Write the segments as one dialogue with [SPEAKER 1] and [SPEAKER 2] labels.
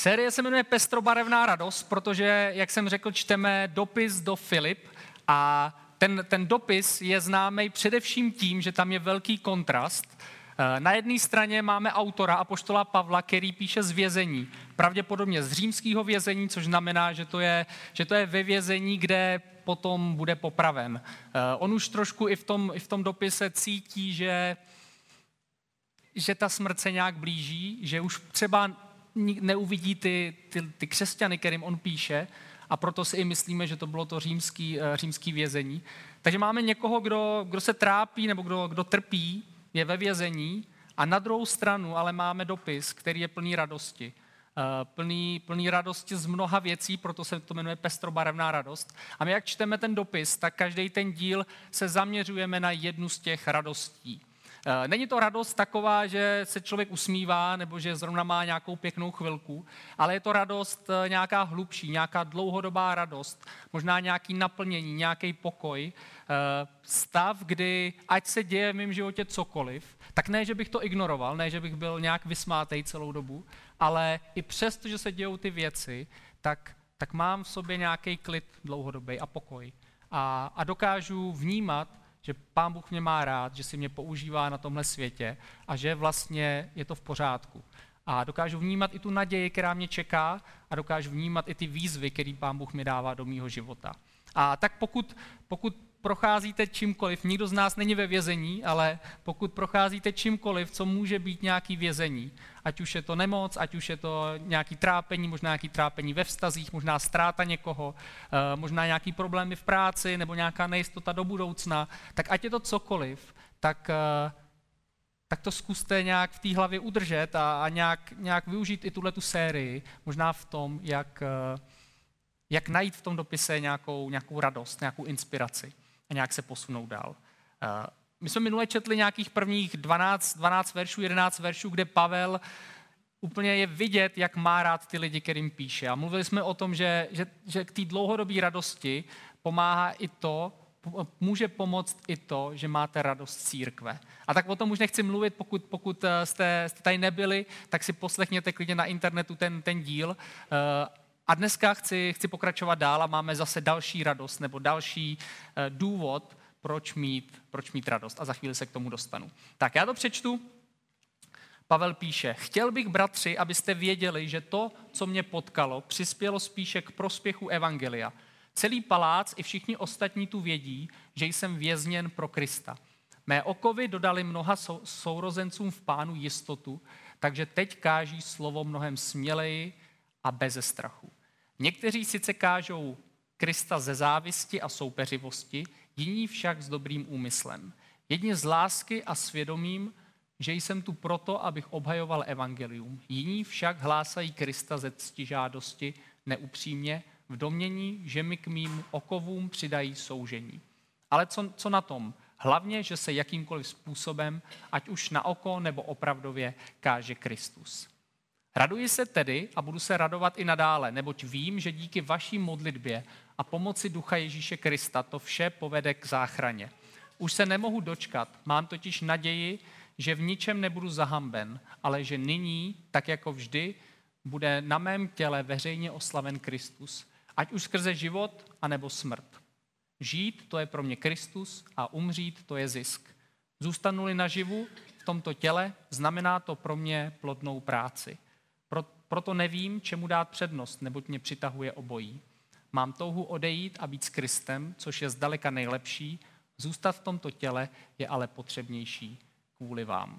[SPEAKER 1] Série se jmenuje Pestrobarevná radost, protože, jak jsem řekl, čteme dopis do Filip a ten dopis je známý především tím, že tam je velký kontrast. Na jedné straně máme autora apoštola Pavla, který píše z vězení, pravděpodobně z římského vězení, což znamená, že to je ve vězení, kde potom bude popraven. On už trošku i v tom dopise cítí, že ta smrt se nějak blíží, že už třeba neuvidí ty křesťany, kterým on píše, a proto si i myslíme, že to bylo to římský vězení. Takže máme někoho, kdo se trápí nebo kdo trpí, je ve vězení, a na druhou stranu ale máme dopis, který je plný radosti. Plný radosti z mnoha věcí, proto se to jmenuje Pestrobarevná radost. A my, jak čteme ten dopis, tak každý ten díl se zaměřujeme na jednu z těch radostí. Není to radost taková, že se člověk usmívá nebo že zrovna má nějakou pěknou chvilku, ale je to radost nějaká hlubší, nějaká dlouhodobá radost, možná nějaký naplnění, nějaký pokoj, stav, kdy ať se děje v mém životě cokoliv, tak ne, že bych to ignoroval, ne, že bych byl nějak vysmátej celou dobu, ale i přesto, že se dějou ty věci, tak mám v sobě nějaký klid dlouhodobý a pokoj. A dokážu vnímat, že Pán Bůh mě má rád, že si mě používá na tomhle světě a že vlastně je to v pořádku. A dokážu vnímat i tu naději, která mě čeká, a dokážu vnímat i ty výzvy, které Pán Bůh mi dává do mýho života. A tak pokud procházíte čímkoliv, nikdo z nás není ve vězení, ale pokud procházíte čímkoliv, co může být nějaký vězení, ať už je to nemoc, ať už je to nějaký trápení, možná nějaký trápení ve vztazích, možná ztráta někoho, možná nějaký problémy v práci nebo nějaká nejistota do budoucna, tak ať je to cokoliv, tak to zkuste nějak v té hlavě udržet a nějak využít i tuhletu sérii, možná v tom, jak najít v tom dopise nějakou radost, nějakou inspiraci a nějak se posunout dál. My jsme minule četli nějakých prvních 12 veršů, 11 veršů, kde Pavel úplně je vidět, jak má rád ty lidi, kterým píše. A mluvili jsme o tom, že k té dlouhodobé radosti pomáhá i to, může pomoct i to, že máte radost církve. A tak o tom už nechci mluvit, pokud jste tady nebyli, tak si poslechněte klidně na internetu ten díl. A dneska chci pokračovat dál a máme zase další radost nebo další důvod, proč mít radost. A za chvíli se k tomu dostanu. Tak já to přečtu. Pavel píše: Chtěl bych, bratři, abyste věděli, že to, co mě potkalo, přispělo spíše k prospěchu evangelia. Celý palác i všichni ostatní tu vědí, že jsem vězněn pro Krista. Mé okovy dodali mnoha sourozencům v Pánu jistotu, takže teď káží slovo mnohem směleji a beze strachu. Někteří sice kážou Krista ze závisti a soupeřivosti, jiní však s dobrým úmyslem. Jedni z lásky a svědomím, že jsem tu proto, abych obhajoval evangelium. Jiní však hlásají Krista ze ctižádosti neupřímně, v domnění, že mi k mým okovům přidají soužení. Ale co na tom? Hlavně, že se jakýmkoliv způsobem, ať už na oko nebo opravdově, káže Kristus. Raduji se tedy a budu se radovat i nadále, neboť vím, že díky vaší modlitbě a pomoci Ducha Ježíše Krista to vše povede k záchraně. Už se nemohu dočkat, mám totiž naději, že v ničem nebudu zahamben, ale že nyní, tak jako vždy, bude na mém těle veřejně oslaven Kristus, ať už skrze život, anebo smrt. Žít, to je pro mě Kristus, a umřít, to je zisk. Zůstanu-li naživu v tomto těle, znamená to pro mě plodnou práci. Proto nevím, čemu dát přednost, neboť mě přitahuje obojí. Mám touhu odejít a být s Kristem, což je zdaleka nejlepší. Zůstat v tomto těle je ale potřebnější kvůli vám.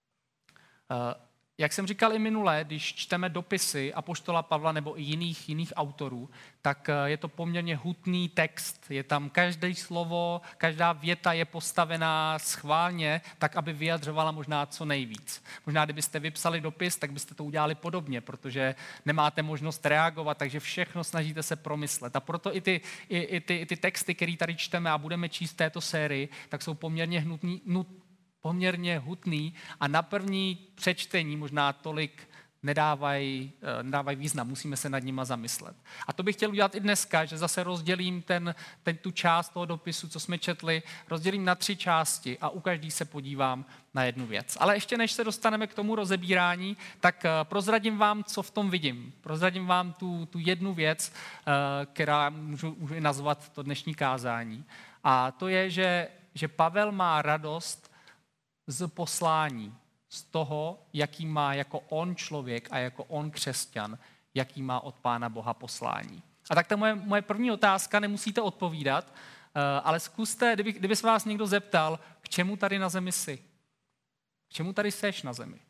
[SPEAKER 1] Jak jsem říkal i minule, když čteme dopisy apoštola Pavla nebo i jiných autorů, tak je to poměrně hutný text. Je tam každé slovo, každá věta je postavená schválně, tak aby vyjadřovala možná co nejvíc. Možná kdybyste vypsali dopis, tak byste to udělali podobně, protože nemáte možnost reagovat, takže všechno snažíte se promyslet. A proto i ty texty, které tady čteme a budeme číst v této sérii, tak jsou poměrně hutný a na první přečtení možná tolik nedávají význam, musíme se nad nima zamyslet. A to bych chtěl udělat i dneska, že zase rozdělím tu část toho dopisu, co jsme četli, rozdělím na 3 části a u každý se podívám na jednu věc. Ale ještě než se dostaneme k tomu rozebírání, tak prozradím vám, co v tom vidím. Prozradím vám tu jednu věc, která můžu i nazvat to dnešní kázání. A to je, že Pavel má radost z poslání, z toho, jaký má jako on člověk a jako on křesťan, jaký má od Pána Boha poslání. A tak to je moje první otázka, nemusíte odpovídat, ale zkuste, kdyby se vás někdo zeptal, k čemu tady na zemi jsi? K čemu tady seš na zemi?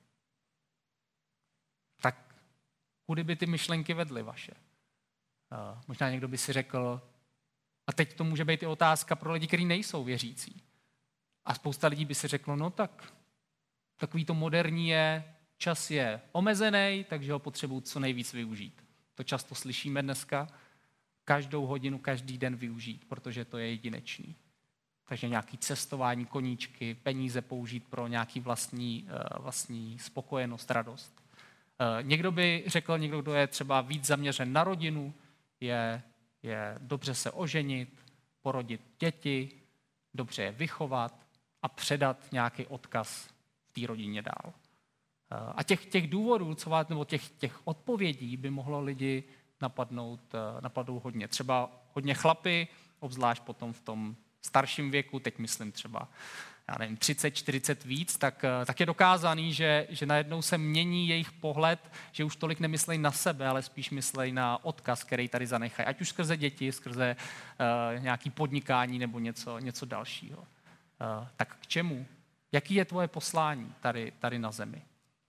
[SPEAKER 1] Tak kudy by ty myšlenky vedly vaše? Možná někdo by si řekl, a teď to může být i otázka pro lidi, kteří nejsou věřící. A spousta lidí by si řeklo, no tak takový to moderní je, čas je omezený, takže ho potřebuji co nejvíc využít. To často slyšíme dneska, každou hodinu, každý den využít, protože to je jedinečný. Takže nějaký cestování, koníčky, peníze použít pro nějaký vlastní spokojenost, radost. Někdo by řekl, někdo, kdo je třeba víc zaměřen na rodinu, je dobře se oženit, porodit děti, dobře je vychovat a předat nějaký odkaz v té rodině dál. A těch důvodů, nebo těch odpovědí by mohlo lidi napadnout hodně. Třeba hodně chlapy, obzvlášť potom v tom starším věku, teď myslím třeba 30, 40 víc, tak je dokázaný, že najednou se mění jejich pohled, že už tolik nemyslejí na sebe, ale spíš myslejí na odkaz, který tady zanechají. Ať už skrze děti, skrze nějaké podnikání nebo něco dalšího. Tak k čemu? Jaký je tvoje poslání tady na zemi?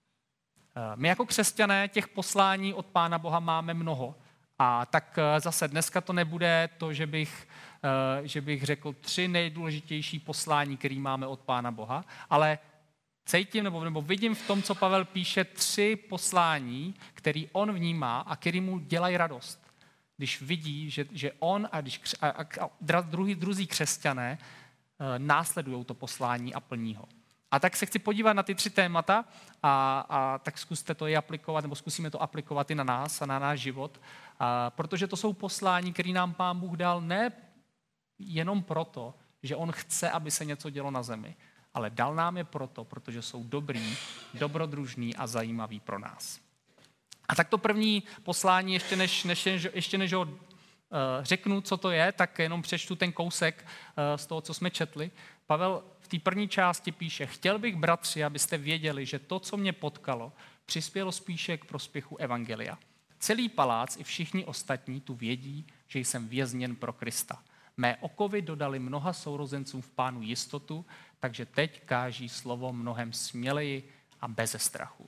[SPEAKER 1] My jako křesťané těch poslání od Pána Boha máme mnoho. A tak zase dneska to nebude to, že bych řekl 3 nejdůležitější poslání, které máme od Pána Boha, ale cítím nebo vidím v tom, co Pavel píše, 3 poslání, které on vnímá a které mu dělají radost. Když vidí, že on a druzí křesťané následují to poslání a plní ho. A tak se chci podívat na ty 3 témata a tak zkuste to i aplikovat, nebo zkusíme to aplikovat i na nás a na náš život, protože to jsou poslání, které nám Pán Bůh dal ne jenom proto, že on chce, aby se něco dělo na zemi, ale dal nám je proto, protože jsou dobrý, dobrodružný a zajímavý pro nás. A tak to první poslání, ještě než ho řeknu, co to je, tak jenom přečtu ten kousek z toho, co jsme četli. Pavel v té první části píše, chtěl bych, bratři, abyste věděli, že to, co mě potkalo, přispělo spíše k prospěchu evangelia. Celý palác i všichni ostatní tu vědí, že jsem vězněn pro Krista. Mé okovy dodali mnoha sourozencům v Pánu jistotu, takže teď káží slovo mnohem směleji a beze strachu.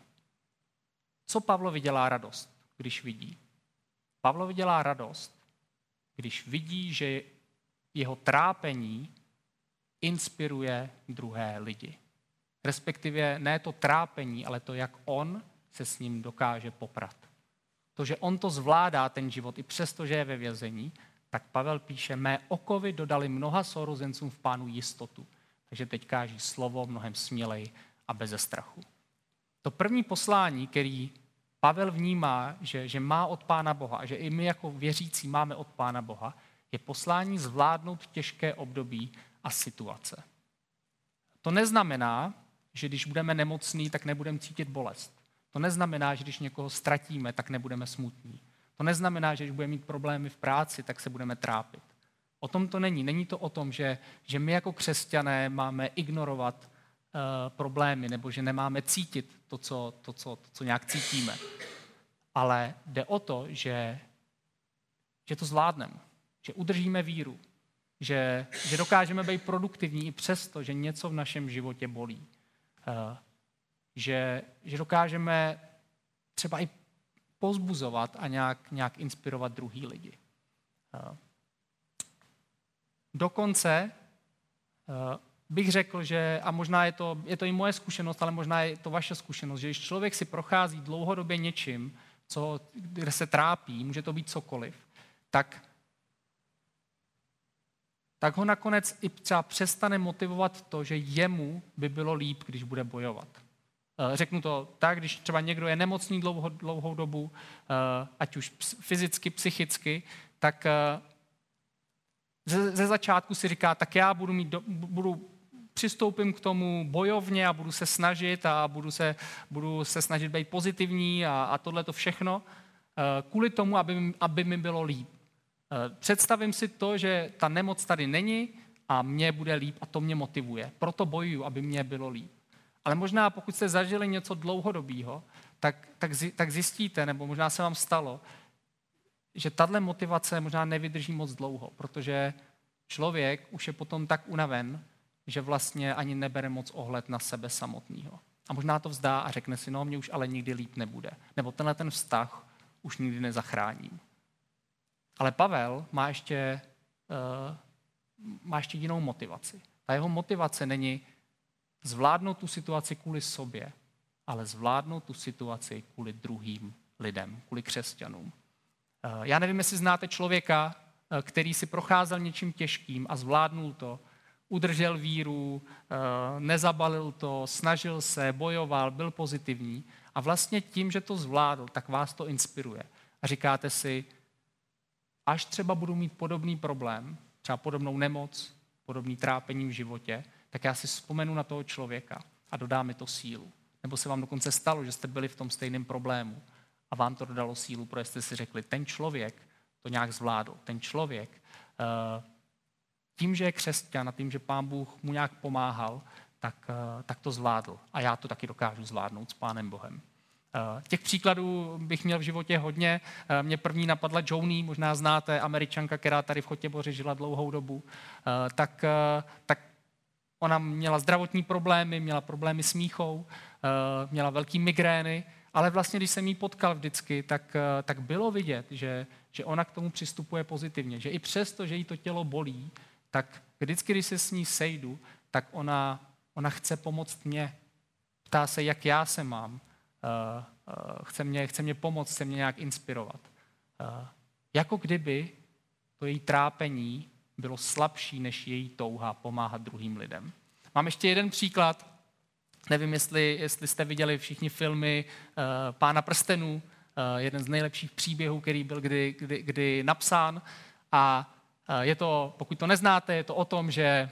[SPEAKER 1] Co Pavlovi dělá radost, když vidí? Pavlovi dělá radost, když vidí, že jeho trápení inspiruje druhé lidi. Respektive ne to trápení, ale to, jak on se s ním dokáže poprat. To, že on to zvládá, ten život, i přesto, že je ve vězení, tak Pavel píše, mé okovy dodali mnoha sourozencům v Pánu jistotu. Takže teď káží slovo mnohem směleji a beze strachu. To první poslání, který Pavel vnímá, že má od Pána Boha a že i my jako věřící máme od Pána Boha, je poslání zvládnout těžké období a situace. To neznamená, že když budeme nemocní, tak nebudeme cítit bolest. To neznamená, že když někoho ztratíme, tak nebudeme smutní. To neznamená, že když budeme mít problémy v práci, tak se budeme trápit. O tom to není. Není to o tom, že my jako křesťané máme ignorovat problémy nebo že nemáme cítit to, co nějak cítíme. Ale jde o to, že to zvládneme, že udržíme víru, že dokážeme být produktivní i přesto, že něco v našem životě bolí. Že dokážeme třeba i povzbuzovat a nějak inspirovat druhý lidi. Dokonce bych řekl, že, a možná je to i moje zkušenost, ale možná je to vaše zkušenost, že když člověk si prochází dlouhodobě něčím, kde se trápí, může to být cokoliv, tak ho nakonec i třeba přestane motivovat to, že jemu by bylo líp, když bude bojovat. Řeknu to tak, když třeba někdo je nemocný dlouhou dobu, ať už fyzicky, psychicky, tak ze začátku si říká, tak já přistoupím k tomu bojovně a budu se snažit a budu se snažit být pozitivní a tohle to všechno, kvůli tomu, aby mi bylo líp. Představím si to, že ta nemoc tady není a mně bude líp a to mě motivuje. Proto bojuju, aby mě bylo líp. Ale možná pokud jste zažili něco dlouhodobého, tak zjistíte, nebo možná se vám stalo, že tahle motivace možná nevydrží moc dlouho, protože člověk už je potom tak unaven, že vlastně ani nebere moc ohled na sebe samotného. A možná to vzdá a řekne si, no, mě už ale nikdy líp nebude. Nebo tenhle ten vztah už nikdy nezachráním. Ale Pavel má ještě jinou motivaci. Ta jeho motivace není zvládnout tu situaci kvůli sobě, ale zvládnout tu situaci kvůli druhým lidem, kvůli křesťanům. Já nevím, jestli znáte člověka, který si procházel něčím těžkým a zvládnul to, udržel víru, nezabalil to, snažil se, bojoval, byl pozitivní a vlastně tím, že to zvládl, tak vás to inspiruje. A říkáte si, až třeba budu mít podobný problém, třeba podobnou nemoc, podobný trápení v životě, tak já si vzpomenu na toho člověka a dodá mi to sílu. Nebo se vám dokonce stalo, že jste byli v tom stejném problému a vám to dodalo sílu, protože jste si řekli, ten člověk to nějak zvládl. Ten člověk tím, že je křesťan a tím, že Pán Bůh mu nějak pomáhal, tak to zvládl. A já to taky dokážu zvládnout s Pánem Bohem. Těch příkladů bych měl v životě hodně. Mě první napadla Joni, možná znáte, Američanka, která tady v Chotěboři žila dlouhou dobu. Tak ona měla zdravotní problémy, měla problémy s míchou, měla velký migrény, ale vlastně, když jsem jí potkal vždycky, tak bylo vidět, že ona k tomu přistupuje pozitivně, že i přesto, že jí to tělo bolí, tak vždycky, když se s ní sejdu, tak ona chce pomoct mě. Ptá se, jak já se mám. Chce mě pomoct, chce mě nějak inspirovat. Jako kdyby to její trápení bylo slabší než její touha pomáhat druhým lidem. Mám ještě jeden příklad. Nevím, jestli jste viděli všichni filmy Pána prstenů, jeden z nejlepších příběhů, který byl kdy napsán. A je to, pokud to neznáte, je to o tom, že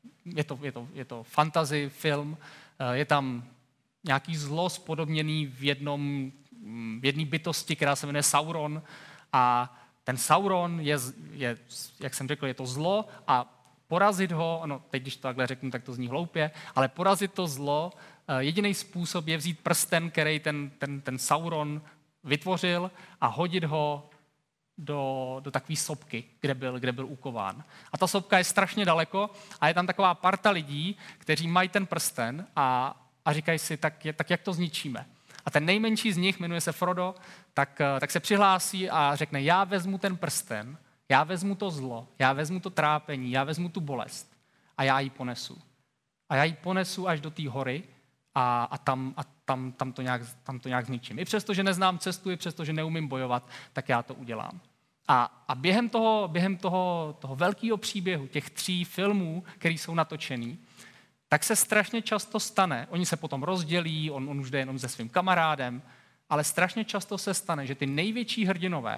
[SPEAKER 1] je to fantasy film, je tam nějaký zlo spodobněný v jedné bytosti, která se jmenuje Sauron. A ten Sauron je, jak jsem řekl, je to zlo a porazit ho, no teď když to takhle řeknu, tak to zní hloupě, ale porazit to zlo, jediný způsob je vzít prsten, který ten Sauron vytvořil a hodit ho do takové sopky, kde byl ukován. A ta sopka je strašně daleko a je tam taková parta lidí, kteří mají ten prsten a říkají si, tak jak to zničíme. A ten nejmenší z nich, jmenuje se Frodo, tak se přihlásí a řekne, já vezmu ten prsten, já vezmu to zlo, já vezmu to trápení, já vezmu tu bolest a já ji ponesu. A já ji ponesu až do té hory a tam to nějak zničím. I přesto, že neznám cestu, i přesto, že neumím bojovat, tak já to udělám. A během toho velkého příběhu, těch 3 filmů, které jsou natočený, tak se strašně často stane, oni se potom rozdělí, on už jde jenom se svým kamarádem, ale strašně často se stane, že ty největší hrdinové,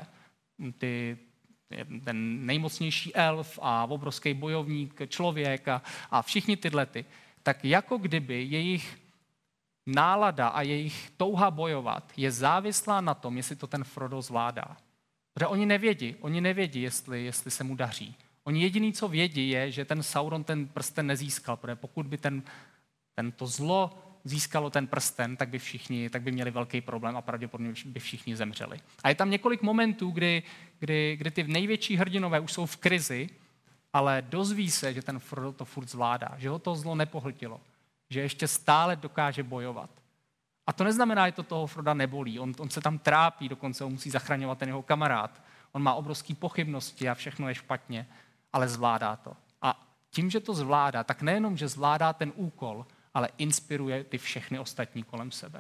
[SPEAKER 1] ten nejmocnější elf a obrovský bojovník, člověk a všichni tyhlety, tak jako kdyby jejich nálada a jejich touha bojovat je závislá na tom, jestli to ten Frodo zvládá. Protože oni nevědí, jestli se mu daří. Oni jediný, co vědí, je, že ten Sauron ten prsten nezískal, protože pokud by to zlo získalo ten prsten, tak by měli velký problém a pravděpodobně by všichni zemřeli. A je tam několik momentů, kdy ty největší hrdinové už jsou v krizi, ale dozví se, že ten Frodo to furt zvládá, že ho to zlo nepohltilo, že ještě stále dokáže bojovat. A to neznamená, že to toho Froda nebolí. On se tam trápí, dokonce ho musí zachraňovat ten jeho kamarád. On má obrovské pochybnosti a všechno je špatně, ale zvládá to. A tím, že to zvládá, tak nejenom, že zvládá ten úkol, ale inspiruje ty všechny ostatní kolem sebe.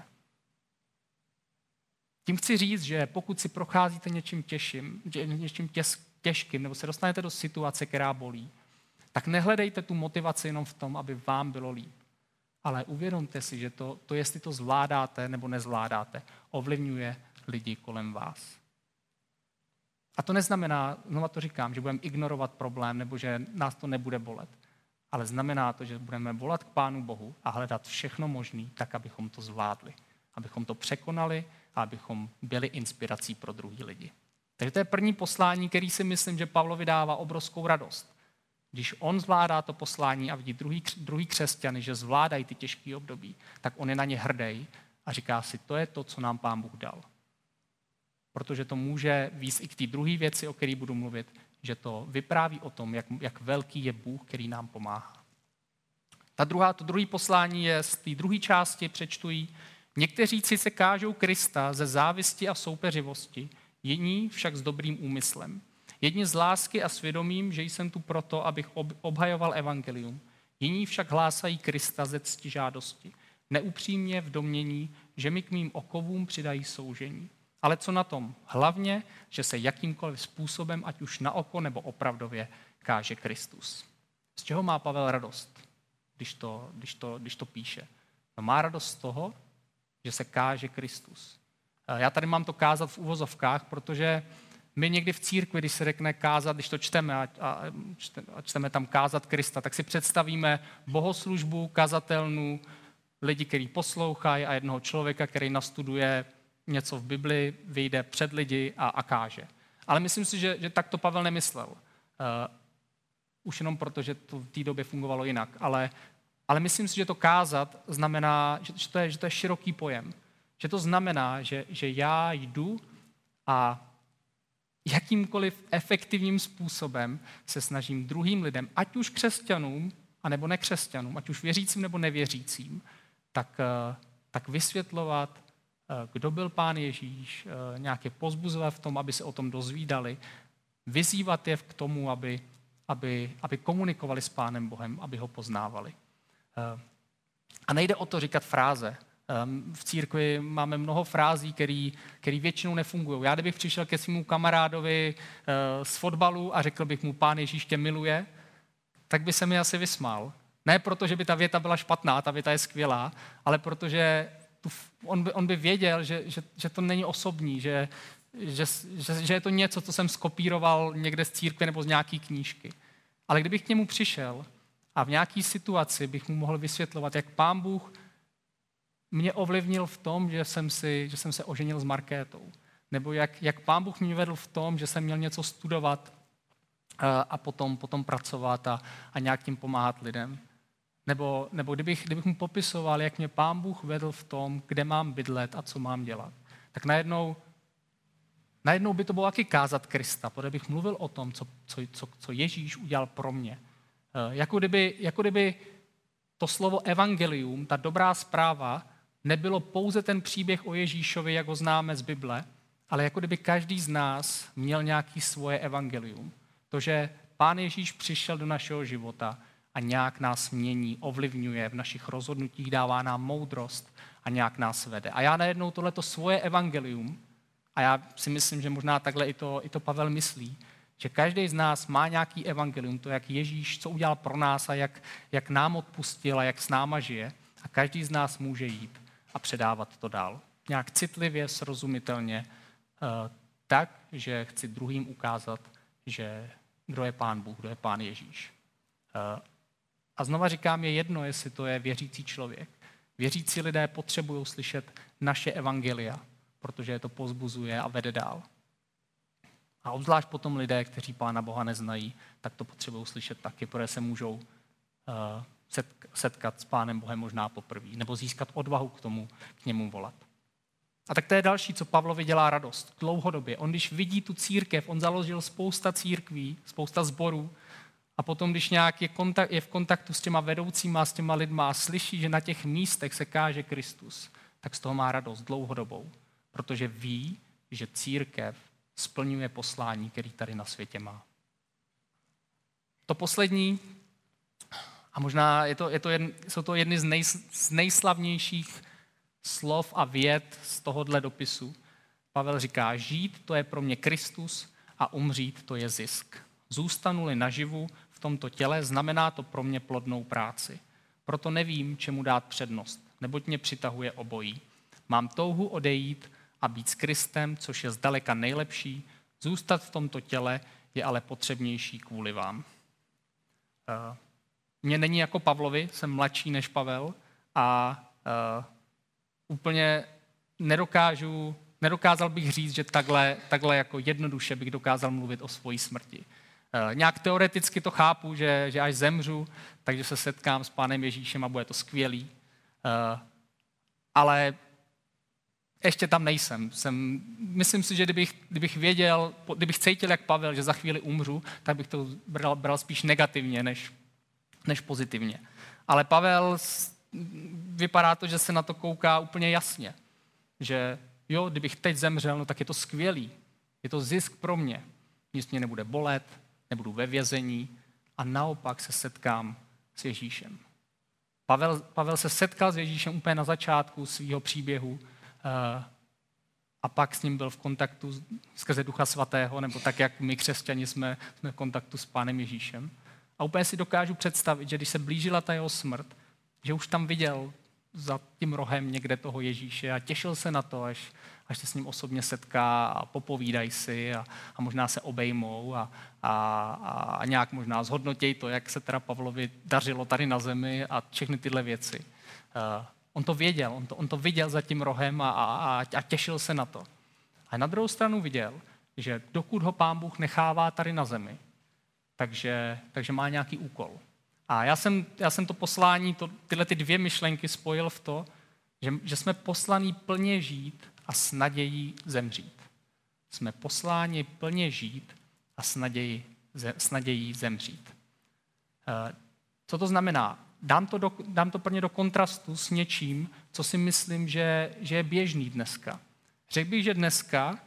[SPEAKER 1] Tím chci říct, že pokud si procházíte něčím těžkým, nebo se dostanete do situace, která bolí, tak nehledejte tu motivaci jenom v tom, aby vám bylo líp, ale uvědomte si, že to jestli to zvládáte nebo nezvládáte, ovlivňuje lidi kolem vás. A to neznamená, znova to říkám, že budeme ignorovat problém nebo že nás to nebude bolet. Ale znamená to, že budeme volat k Pánu Bohu a hledat všechno možné, tak, abychom to zvládli. Abychom to překonali a abychom byli inspirací pro druhý lidi. Takže to je první poslání, který si myslím, že Pavlovi dává obrovskou radost. Když on zvládá to poslání a vidí druhý křesťany, že zvládají ty těžké období, tak on je na ně hrdý a říká si, to je to, co nám Pán Bůh dal. Protože to může vést i k té druhé věci, o které budu mluvit, že to vypráví o tom, jak velký je Bůh, který nám pomáhá. To druhé poslání je z té druhé části, přečtu jí. Někteří se kážou Krista ze závisti a soupeřivosti, jiní však s dobrým úmyslem. Jedni z lásky a svědomím, že jsem tu proto, abych obhajoval evangelium. Jiní však hlásají Krista ze ctižádosti. Neupřímně v domnění, že mi k mým okovům přidají soužení. Ale co na tom? Hlavně, že se jakýmkoliv způsobem, ať už na oko nebo opravdově, káže Kristus. Z čeho má Pavel radost, když to píše? No, má radost z toho, že se káže Kristus. Já tady mám to kázat v uvozovkách, protože my někdy v církvi, když se řekne kázat, když to čteme a čteme tam kázat Krista, tak si představíme bohoslužbu, kazatelnu, lidi, kteří poslouchají a jednoho člověka, který nastuduje něco v Bibli, vyjde před lidi a káže. Ale myslím si, že tak to Pavel nemyslel. Už jenom proto, že to v té době fungovalo jinak. Ale myslím si, že to kázat znamená, že to je široký pojem. Že to znamená, že já jdu a jakýmkoliv efektivním způsobem se snažím druhým lidem, ať už křesťanům, anebo nekřesťanům, ať už věřícím nebo nevěřícím, tak vysvětlovat, kdo byl Pán Ježíš, nějaké pozbuzovat v tom, aby se o tom dozvídali, vyzývat je k tomu, aby komunikovali s Pánem Bohem, aby ho poznávali. A nejde o to říkat fráze. V církvi máme mnoho frází, které většinou nefungují. Já kdybych přišel ke svému kamarádovi z fotbalu a řekl bych mu, Pán Ježíš tě miluje, tak by se mi asi vysmál. Ne proto, že by ta věta byla špatná, ta věta je skvělá, ale protože on by věděl, že to není osobní, že je to něco, co jsem skopíroval někde z církve nebo z nějaký knížky. Ale kdybych k němu přišel a v nějaké situaci bych mu mohl vysvětlovat, jak Pán Bůh mě ovlivnil v tom, že jsem se oženil s Markétou. Nebo jak Pán Bůh mě vedl v tom, že jsem měl něco studovat a potom pracovat a nějak tím pomáhat lidem. Nebo kdybych mu popisoval, jak mě Pán Bůh vedl v tom, kde mám bydlet a co mám dělat. Tak najednou by to bylo taky kázat Krista, protože bych mluvil o tom, co Ježíš udělal pro mě. Jako kdyby to slovo evangelium, ta dobrá zpráva, nebylo pouze ten příběh o Ježíšovi, jak ho známe z Bible, ale jako kdyby každý z nás měl nějaký svoje evangelium. To, že Pán Ježíš přišel do našeho života a nějak nás mění, ovlivňuje v našich rozhodnutích, dává nám moudrost a nějak nás vede. A já najednou tohleto svoje evangelium, a já si myslím, že možná takhle i to Pavel myslí, že každý z nás má nějaký evangelium, to, jak Ježíš, co udělal pro nás a jak nám odpustil a jak s náma žije. A každý z nás může jít a předávat to dál. Nějak citlivě, srozumitelně, tak, že chci druhým ukázat, že kdo je Pán Bůh, kdo je Pán Ježíš. A znova říkám, je jedno, jestli to je věřící člověk. Věřící lidé potřebují slyšet naše evangelia, protože je to povzbuzuje a vede dál. A obzvlášť potom lidé, kteří Pána Boha neznají, tak to potřebují slyšet taky, protože se můžou setkat s Pánem Bohem možná poprvé, nebo získat odvahu k němu volat. A tak to je další, co Pavlovi dělá radost dlouhodobě. On, když vidí tu církev, on založil spousta církví, spousta sborů, a potom, když nějak je v kontaktu s těma vedoucíma, s těma lidma a slyší, že na těch místech se káže Kristus, tak z toho má radost dlouhodobou, protože ví, že církev splňuje poslání, který tady na světě má. To poslední, a možná jsou to jedny z nejslavnějších slov a vět z tohohle dopisu. Pavel říká, žít to je pro mě Kristus a umřít to je zisk. Zůstanu-li naživu v tomto těle, znamená to pro mě plodnou práci. proto nevím, čemu dát přednost, neboť mě přitahuje obojí. Mám touhu odejít a být s Kristem, což je zdaleka nejlepší. Zůstat v tomto těle je ale potřebnější kvůli vám. Mně není jako Pavlovi, jsem mladší než Pavel a úplně nedokázal bych říct, že takhle jako jednoduše bych dokázal mluvit o svojí smrti. Nějak teoreticky to chápu, že až zemřu, takže se setkám s Pánem Ježíšem a bude to skvělý. Ale ještě tam nejsem. Myslím si, že kdybych věděl, kdybych cítil jak Pavel, že za chvíli umřu, tak bych to bral spíš negativně, než pozitivně. Ale Pavel vypadá to, že se na to kouká úplně jasně. Že jo, kdybych teď zemřel, no tak je to skvělý. Je to zisk pro mě. Nic mě nebude bolet, nebudu ve vězení a naopak se setkám s Ježíšem. Pavel se setkal s Ježíšem úplně na začátku svého příběhu a pak s ním byl v kontaktu skrze Ducha Svatého, nebo tak, jak my křesťani jsme v kontaktu s Pánem Ježíšem. A úplně si dokážu představit, že když se blížila ta jeho smrt, že už tam viděl za tím rohem někde toho Ježíše a těšil se na to, až se s ním osobně setká a popovídají si a možná se obejmou a nějak možná zhodnotějí to, jak se teda Pavlovi dařilo tady na zemi a všechny tyhle věci. On to věděl, on to viděl za tím rohem a těšil se na to. A na druhou stranu viděl, že dokud ho Pán Bůh nechává tady na zemi, takže má nějaký úkol. A já jsem to poslání, tyhle ty dvě myšlenky spojil v to, že jsme poslaní plně žít a s nadějí zemřít. Jsme posláni plně žít a s nadějí zemřít. Co to znamená? Dám to plně do kontrastu s něčím, co si myslím, že je běžný dneska. Řekl bych, že dneska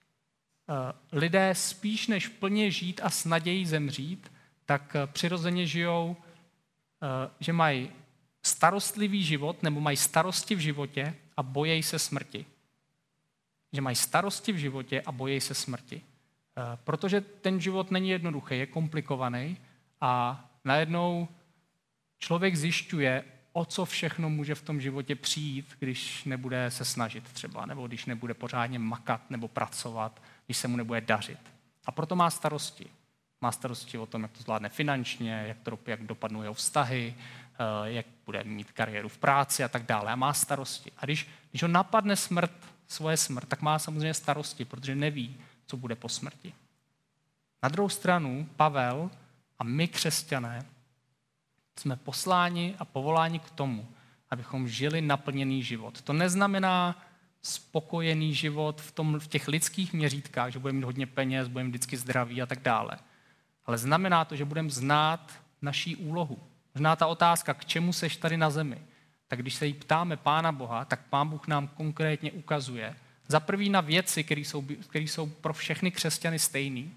[SPEAKER 1] lidé spíš než plně žít a s nadějí zemřít, tak přirozeně žijou, že mají starostlivý život nebo mají starosti v životě a bojejí se smrti. Že mají starosti v životě a bojejí se smrti. Protože ten život není jednoduchý, je komplikovaný a najednou člověk zjišťuje, o co všechno může v tom životě přijít, když nebude se snažit třeba, nebo když nebude pořádně makat nebo pracovat, když se mu nebude dařit. A proto má starosti. Má starosti o tom, jak to zvládne finančně, jak dopadnou jeho vztahy, jak bude mít kariéru v práci a tak dále. A má starosti. A když ho napadne svoje smrt, tak má samozřejmě starosti, protože neví, co bude po smrti. Na druhou stranu Pavel a my křesťané jsme posláni a povoláni k tomu, abychom žili naplněný život. To neznamená spokojený život v těch lidských měřítkách, že budeme mít hodně peněz, budeme vždycky zdraví a tak dále. Ale znamená to, že budeme znát naší úlohu. Možná ta otázka, k čemu seš tady na zemi, tak když se jí ptáme Pána Boha, tak Pán Bůh nám konkrétně ukazuje. Za prvý na věci, které jsou pro všechny křesťany stejný,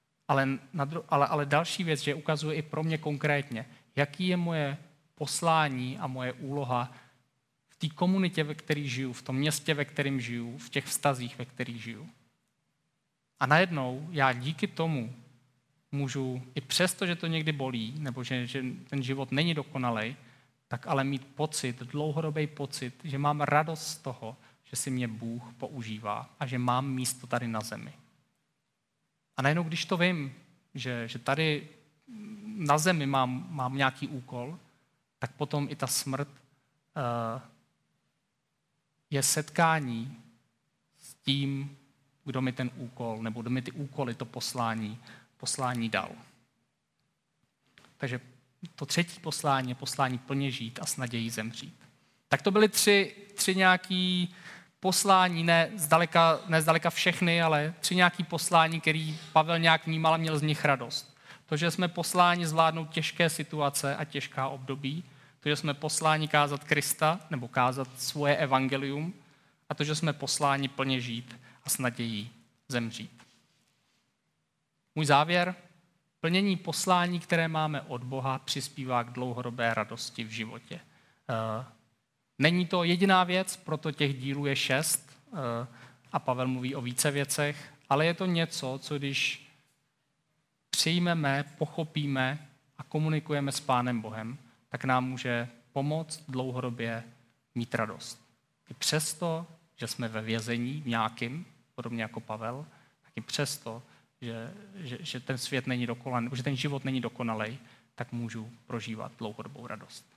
[SPEAKER 1] ale další věc, že ukazuje i pro mě konkrétně, jaký je moje poslání a moje úloha v té komunitě, ve které žiju, v tom městě, ve kterém žiju, v těch vztazích, ve kterých žiju. A najednou já díky tomu můžu, i přesto, že to někdy bolí, nebo že ten život není dokonalej, tak ale mít dlouhodobý pocit, že mám radost z toho, že si mě Bůh používá a že mám místo tady na zemi. A najednou, když to vím, že tady na zemi mám nějaký úkol, tak potom i ta smrt je setkání s tím, kdo mi ten úkol, nebo kdo mi ty úkoly, to poslání dal. Takže to třetí poslání je poslání plně žít a s nadějí zemřít. Tak to byly tři nějaký poslání, ne zdaleka všechny, ale tři nějaký poslání, který Pavel nějak vnímal a měl z nich radost. To, že jsme posláni zvládnout těžké situace a těžká období, to, že jsme posláni kázat Krista nebo kázat svoje evangelium a to, že jsme posláni plně žít a s nadějí zemřít. Můj závěr, plnění poslání, které máme od Boha, přispívá k dlouhodobé radosti v životě. Není to jediná věc, proto těch dílů je 6 a Pavel mluví o více věcech, ale je to něco, co když přijmeme, pochopíme a komunikujeme s Pánem Bohem, tak nám může pomoct dlouhodobě mít radost. I přesto, že jsme ve vězení nějakým, podobně jako Pavel, tak i přesto, že ten svět není dokonalý, že ten život není dokonalý, tak můžu prožívat dlouhodobou radost.